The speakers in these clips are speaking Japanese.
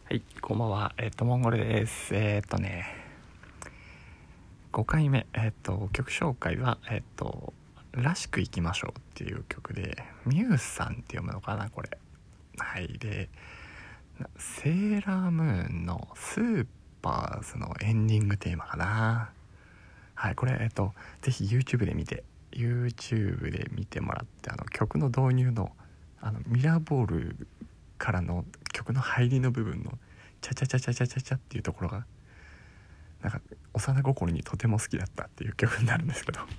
はい、こんばんは。モンゴルです。5回目、曲紹介は、らしくいきましょうっていう曲で、ミュウさんって読むのかな、これ。はい、で、セーラームーンのスーパーズのエンディングテーマかな。はい、これ、ぜひ YouTube で見てもらって、曲の導入の、ミラーボールからの曲の入りの部分のチャチャチャチャチャチャチャっていうところがなんか幼心にとても好きだったっていう曲になるんですけど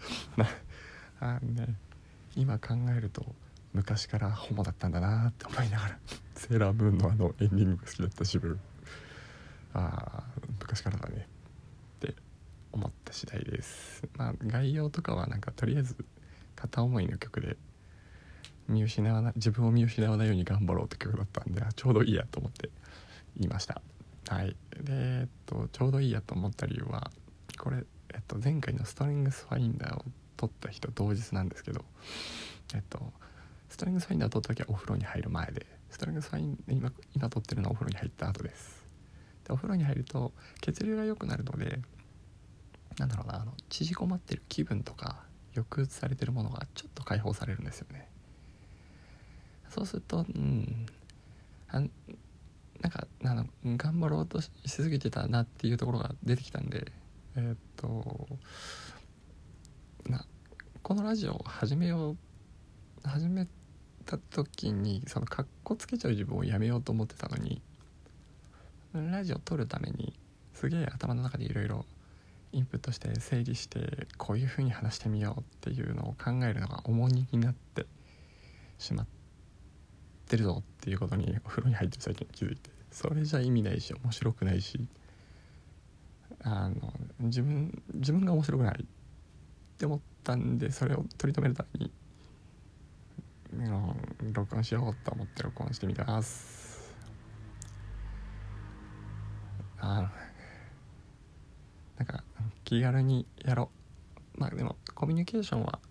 今考えると昔からホモだったんだなって思いながらセーラームーンのエンディングが好きだった自分昔からだねって思った次第です。概要とかはとりあえず片思いの曲で自分を見失わないように頑張ろうって曲だったんでちょうどいいやと思って言いました。はい。で、ちょうどいいやと思った理由はこれ、前回のストリングスファインダーを撮った日と同日なんですけど、ストリングスファインダーを撮った時はお風呂に入る前で、ストリングスファイン今撮ってるのはお風呂に入った後です。でお風呂に入ると血流が良くなるので、縮こまってる気分とか抑うつされてるものがちょっと解放されるんですよね。そうすると頑張ろうとしすぎてたなっていうところが出てきたんで、このラジオを始めた時にそのカッコつけちゃう自分をやめようと思ってたのに、ラジオを撮るためにすげえ頭の中でいろいろインプットして整理してこういう風に話してみようっていうのを考えるのが重荷になってしまってるぞっていうことにお風呂に入ってる最近気づいて、それじゃ意味ないし面白くないし自分が面白くないって思ったんで、それを取り留めるために録音しようと思って録音してみます。気軽にやろう。でもコミュニケーションは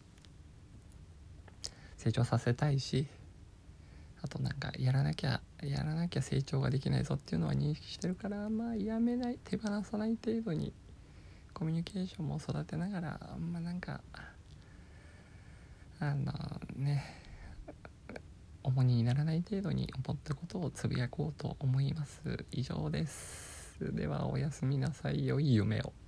成長させたいし、あとやらなきゃ成長ができないぞっていうのは認識してるから、やめない、手放さない程度にコミュニケーションも育てながら重荷にならない程度に思ったことをつぶやこうと思います。以上です。ではおやすみなさい。良い夢を。